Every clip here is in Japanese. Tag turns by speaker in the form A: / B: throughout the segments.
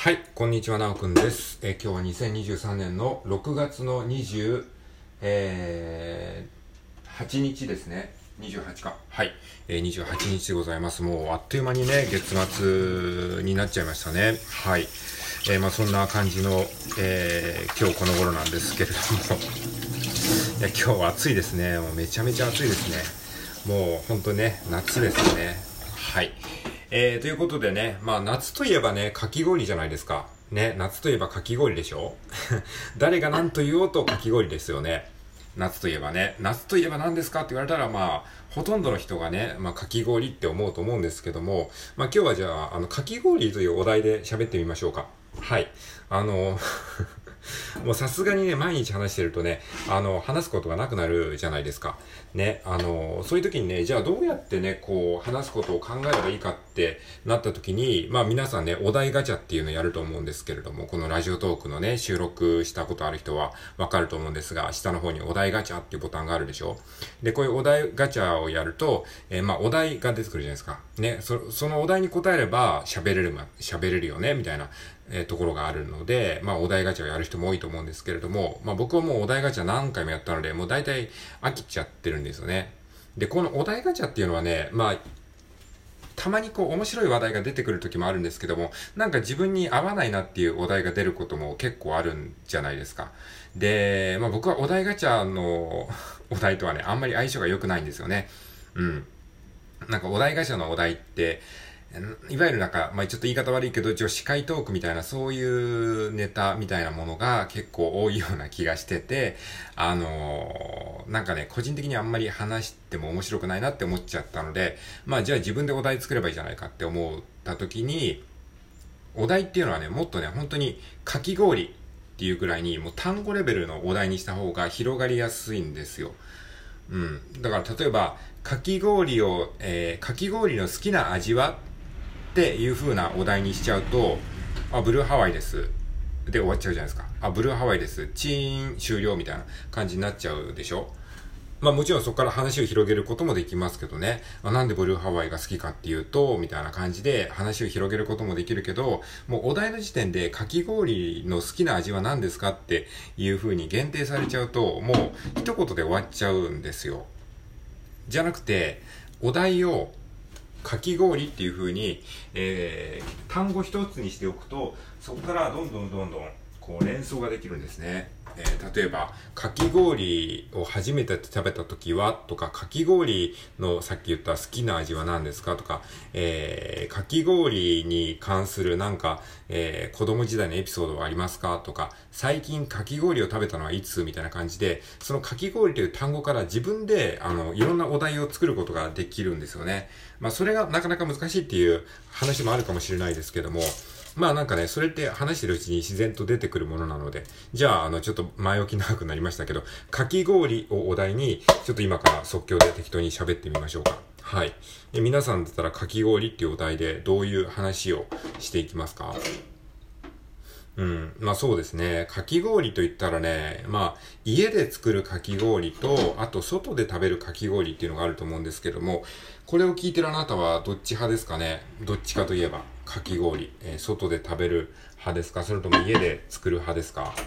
A: はい、こんにちは、なおくんです。今日は2023年の6月の28日ですね。28か。はい、28日でございます。もうあっという間にね、月末になっちゃいましたね。はい。そんな感じの、今日この頃なんですけれどもいや、今日は暑いですね。もうめちゃめちゃ暑いですね。もう本当ね、夏ですね。はい。ということでね、夏といえばね、かき氷じゃないですか。ね、夏といえばかき氷でしょ誰が何と言おうとかき氷ですよね。夏といえばね、夏といえば何ですかって言われたらほとんどの人がね、かき氷って思うと思うんですけども、今日はじゃあ、かき氷というお題で喋ってみましょうか。はい。もうさすがにね、毎日話してるとね、話すことがなくなるじゃないですか。ね、そういう時にね、じゃあどうやってね、こう、話すことを考えればいいかってなった時に、皆さんね、お題ガチャっていうのをやると思うんですけれども、このラジオトークのね、収録したことある人はわかると思うんですが、下の方にお題ガチャっていうボタンがあるでしょ。で、こういうお題ガチャをやると、お題が出てくるじゃないですか。ね、そのお題に答えれば喋れるよね、みたいな。ところがあるので、お題ガチャをやる人も多いと思うんですけれども、僕はもうお題ガチャ何回もやったので、もう大体飽きちゃってるんですよね。で、このお題ガチャっていうのはね、たまにこう面白い話題が出てくる時もあるんですけども、なんか自分に合わないなっていうお題が出ることも結構あるんじゃないですか。で、僕はお題ガチャのお題とはね、あんまり相性が良くないんですよね。うん。なんかお題ガチャのお題って、いわゆるなんか、ちょっと言い方悪いけど、女子会トークみたいな、そういうネタみたいなものが結構多いような気がしてて、なんかね、個人的にあんまり話しても面白くないなって思っちゃったので、じゃあ自分でお題作ればいいじゃないかって思った時に、お題っていうのはね、もっとね、本当にかき氷っていうくらいに、もう単語レベルのお題にした方が広がりやすいんですよ。うん。だから例えば、かき氷の好きな味はっていう風なお題にしちゃうと、ブルーハワイです。で終わっちゃうじゃないですか。ブルーハワイです。チーン終了みたいな感じになっちゃうでしょ。もちろんそこから話を広げることもできますけどね。なんでブルーハワイが好きかっていうと、みたいな感じで話を広げることもできるけど、もうお題の時点でかき氷の好きな味は何ですかっていう風に限定されちゃうと、もう一言で終わっちゃうんですよ。じゃなくて、お題をかき氷っていう風に、単語一つにしておくと、そこからどんどんこう連想ができるんですね。例えば、かき氷を初めて食べた時はとか、かき氷のさっき言った好きな味は何ですかとか、かき氷に関するなんか、子供時代のエピソードはありますかとか、最近かき氷を食べたのはいつみたいな感じで、そのかき氷という単語から自分で、いろんなお題を作ることができるんですよね。それがなかなか難しいっていう話もあるかもしれないですけども、なんかね、それって話してるうちに自然と出てくるものなので、じゃあ、ちょっと前置き長くなりましたけど、かき氷をお題に、ちょっと今から即興で適当に喋ってみましょうか。はい。皆さんだったらかき氷っていうお題でどういう話をしていきますか？うん。そうですね。かき氷と言ったらね、家で作るかき氷と、あと外で食べるかき氷っていうのがあると思うんですけども、これを聞いてるあなたはどっち派ですかね？どっちかといえば、かき氷、外で食べる派ですか？それとも家で作る派ですか？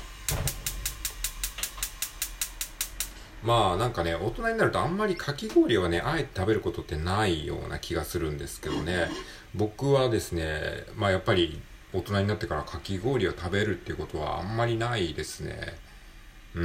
A: なんかね、大人になるとあんまりかき氷はね、あえて食べることってないような気がするんですけどね。僕はですね、やっぱり大人になってからかき氷を食べるっていうことはあんまりないですね。うん。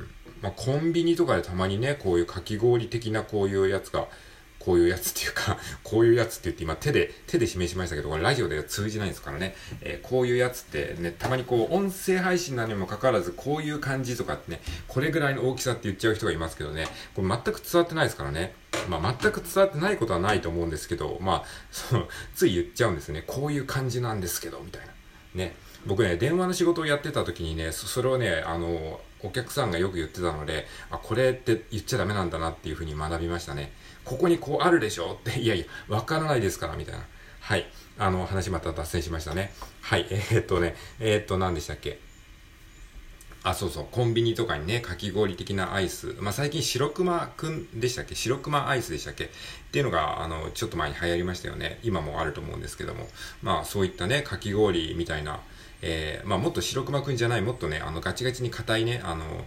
A: コンビニとかでたまにね、こういうかき氷的なこういうやつが、こういうやつっていうか、こういうやつって言って今手で示しましたけど、これラジオでは通じないんですからね。こういうやつってね、たまにこう音声配信なのにもかかわらず、こういう感じとかってね、これぐらいの大きさって言っちゃう人がいますけどね、これ全く伝わってないですからね。全く伝わってないことはないと思うんですけど、つい言っちゃうんですね。こういう感じなんですけど、みたいな。ね。僕ね、電話の仕事をやってた時にね、それをね、お客さんがよく言ってたので、これって言っちゃダメなんだなっていうふうに学びましたね。ここにこうあるでしょって、いやいや、わからないですから、みたいな。はい。話また脱線しましたね。はい。何でしたっけ？ そうそう、コンビニとかにね、かき氷的なアイス。最近白熊くんでしたっけ、白熊アイスでしたっけっていうのが、ちょっと前に流行りましたよね。今もあると思うんですけども。そういったね、かき氷みたいな、もっと白熊くんじゃない、もっとね、ガチガチに硬いね、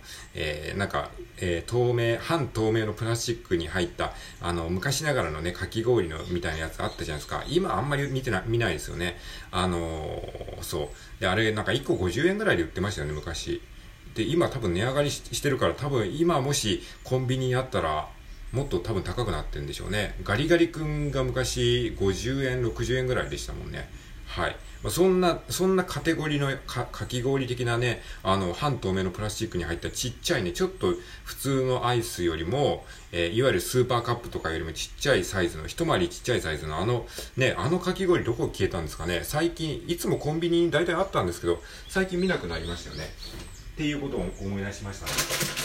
A: 半透明のプラスチックに入った、昔ながらのね、かき氷のみたいなやつあったじゃないですか。今あんまり見ないですよね。そう。で、あれ、1個50円ぐらいで売ってましたよね、昔。で、今多分値上がりしてるから、多分今もしコンビニにあったら、もっと多分高くなってるんでしょうね。ガリガリ君が昔50円、60円ぐらいでしたもんね。はい。そんなカテゴリーのかき氷的なね、半透明のプラスチックに入ったちっちゃいね、ちょっと普通のアイスよりも、いわゆるスーパーカップとかよりもちっちゃいサイズの、一回りちっちゃいサイズのあのかき氷どこ消えたんですかね。最近、いつもコンビニに大体あったんですけど、最近見なくなりましたよね。っていうことを思い出しましたね。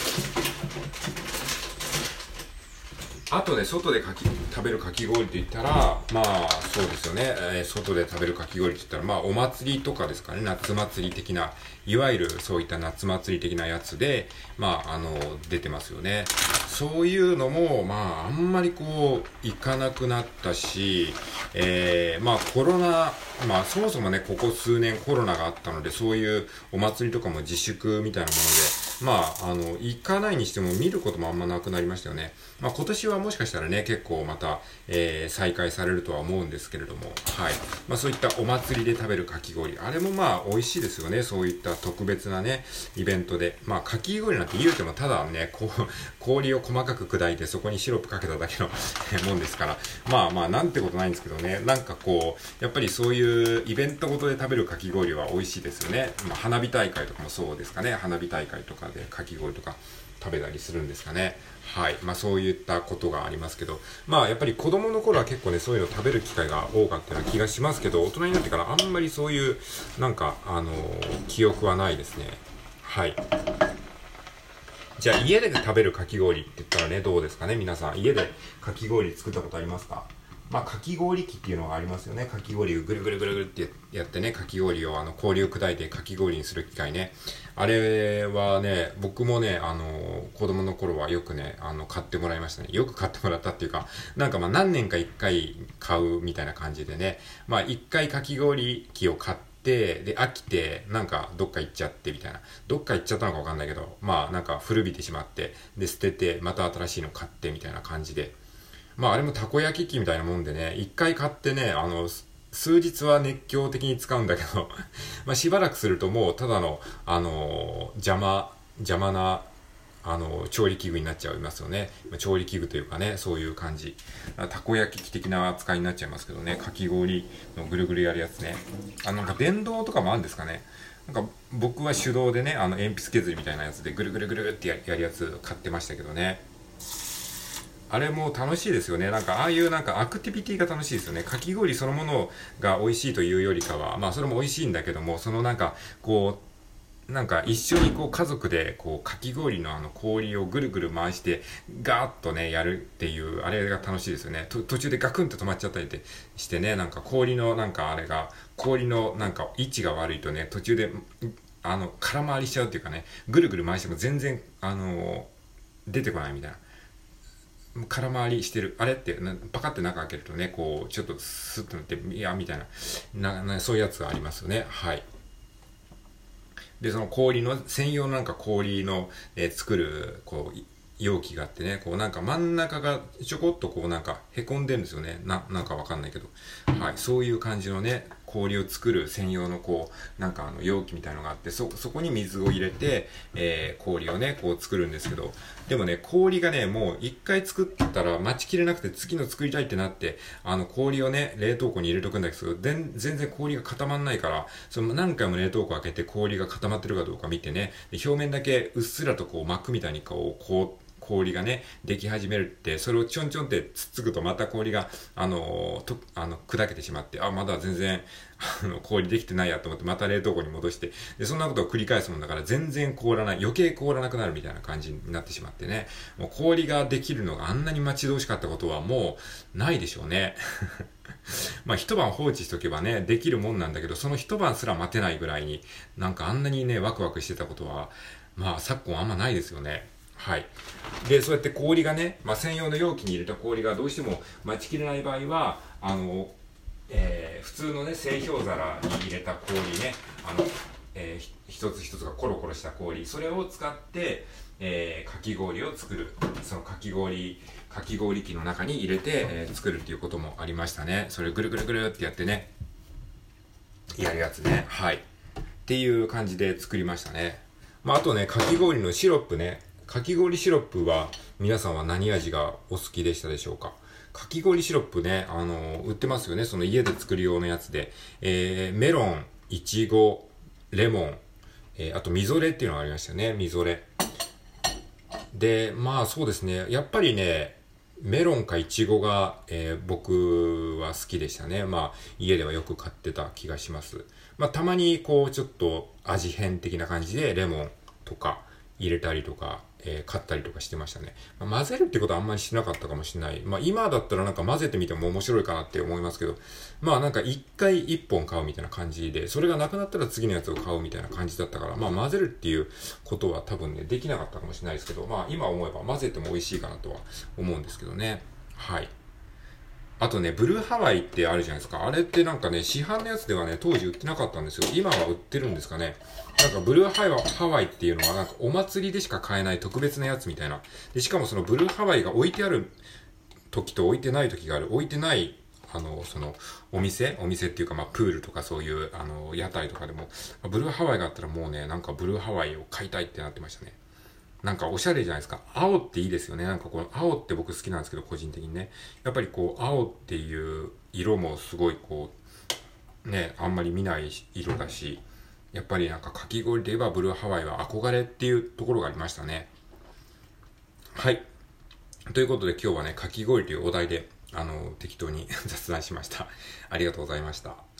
A: あとね、外で食べるかき氷って言ったら、そうですよね、外で食べるかき氷って言ったら、お祭りとかですかね、夏祭り的な、いわゆるそういった夏祭り的なやつで、出てますよね。そういうのも、あんまり行かなくなったし、コロナ、そもそもね、ここ数年コロナがあったので、そういうお祭りとかも自粛みたいなもので、行かないにしても見ることもあんまなくなりましたよね。今年はもしかしたらね、結構また、再開されるとは思うんですけれども、はい。そういったお祭りで食べるかき氷、あれも美味しいですよね。そういった特別なね、イベントで。かき氷なんて言うてもただね、氷を細かく砕いてそこにシロップかけただけのもんですから、なんてことないんですけどね、やっぱりそういうイベントごとで食べるかき氷は美味しいですよね。花火大会とかもそうですかね。花火大会とかでかき氷とか食べたりするんですかね。はい。そういったことがありますけど、やっぱり子供の頃は結構ね、そういうの食べる機会が多かったような気がしますけど、大人になってからあんまりそういう、記憶はないですね。はい。じゃあ家で食べるかき氷って言ったらね、どうですかね、皆さん。家でかき氷作ったことありますか？かき氷機っていうのがありますよね。かき氷をぐるぐるぐるぐるってやってね、かき氷を氷を砕いてかき氷にする機械ね。あれはね、僕もね、子供の頃はよくね、買ってもらいましたね。よく買ってもらったっていうか、何年か一回買うみたいな感じでね。一回かき氷機を買って、で、飽きて、どっか行っちゃってみたいな。どっか行っちゃったのかわかんないけど、古びてしまって、で、捨てて、また新しいの買ってみたいな感じで。あれもたこ焼き器みたいなもんでね、一回買ってね、数日は熱狂的に使うんだけどしばらくするともうただの、邪魔な、調理器具になっちゃいますよね。調理器具というかね、そういう感じ。たこ焼き器的な扱いになっちゃいますけどね、かき氷のぐるぐるやるやつね。電動とかもあるんですかね。僕は手動でね、鉛筆削りみたいなやつでぐるぐるぐるってやるやつ買ってましたけどね。あれも楽しいですよね。ああいうアクティビティが楽しいですよね。かき氷そのものが美味しいというよりかは、それも美味しいんだけども、一緒に家族でかき氷の氷をぐるぐる回してガーッとねやるっていうあれが楽しいですよね。途中でガクンと止まっちゃったりしてね、氷の氷の位置が悪いとね、途中で空回りしちゃうっていうかね、ぐるぐる回しても全然出てこないみたいな。空回りしてる。あれって、パカって中開けるとね、ちょっとスッとなって、いや、みたいな、そういうやつがありますよね。はい。で、その氷の、専用の氷の、作る、容器があってね、真ん中がちょこっとへこんでるんですよね。なんかわかんないけど。はい。そういう感じのね、氷を作る専用の容器みたいのがあって、そこに水を入れて、氷をね、作るんですけど、でもね、氷がね、もう一回作ったら待ちきれなくて次の作りたいってなって、氷をね、冷凍庫に入れとくんだけど、全然氷が固まんないから、何回も冷凍庫開けて氷が固まってるかどうか見てね、で表面だけうっすらと膜みたいに氷がね、でき始めるって、それをちょんちょんってつっつくとまた氷が、砕けてしまって、まだ全然、氷できてないやと思って、また冷凍庫に戻して、で、そんなことを繰り返すもんだから、全然凍らない、余計凍らなくなるみたいな感じになってしまってね、もう氷ができるのがあんなに待ち遠しかったことはもう、ないでしょうね。一晩放置しとけばね、できるもんなんだけど、その一晩すら待てないぐらいに、あんなにね、ワクワクしてたことは、 まあ昨今あんまないですよね。はい。で、そうやって氷がね、専用の容器に入れた氷がどうしても待ちきれない場合は、普通のね、製氷皿に入れた氷ね、一つ一つがコロコロした氷、それを使って、かき氷を作る。そのかき氷機の中に入れて、作るっていうこともありましたね。それぐるぐるぐるってやってね、やるやつね。はい。っていう感じで作りましたね。あとね、かき氷のシロップね。かき氷シロップは皆さんは何味がお好きでしたでしょうか？かき氷シロップね、売ってますよね。その家で作る用のやつで。メロン、いちご、レモン、あとみぞれっていうのがありましたよね。みぞれ。で、そうですね。やっぱりね、メロンかイチゴが、僕は好きでしたね。家ではよく買ってた気がします。たまにこうちょっと味変的な感じでレモンとか入れたりとか、買ったりとかしてましたね。混ぜるってことはあんまりしなかったかもしれない。今だったらなんか混ぜてみても面白いかなって思いますけど、なんか一回一本買うみたいな感じで、それがなくなったら次のやつを買うみたいな感じだったから、混ぜるっていうことは多分ね、できなかったかもしれないですけど、今思えば混ぜても美味しいかなとは思うんですけどね。はい。あとね、ブルーハワイってあるじゃないですか。あれってなんかね、市販のやつではね、当時売ってなかったんですよ。今は売ってるんですかね。なんかブルーハワイっていうのはなんかお祭りでしか買えない特別なやつみたいな。で、しかもそのブルーハワイが置いてある時と置いてない時がある。置いてない、そのお店っていうかプールとかそういう、屋台とかでも、ブルーハワイがあったらもうね、なんかブルーハワイを買いたいってなってましたね。なんかおしゃれじゃないですか。青っていいですよね。なんかこの青って僕好きなんですけど、個人的にね。やっぱりこう、青っていう色もすごいこう、ね、あんまり見ない色だし、やっぱりなんかかき氷で言えばブルーハワイは憧れっていうところがありましたね。はい。ということで今日はね、かき氷というお題で、適当に雑談しました。ありがとうございました。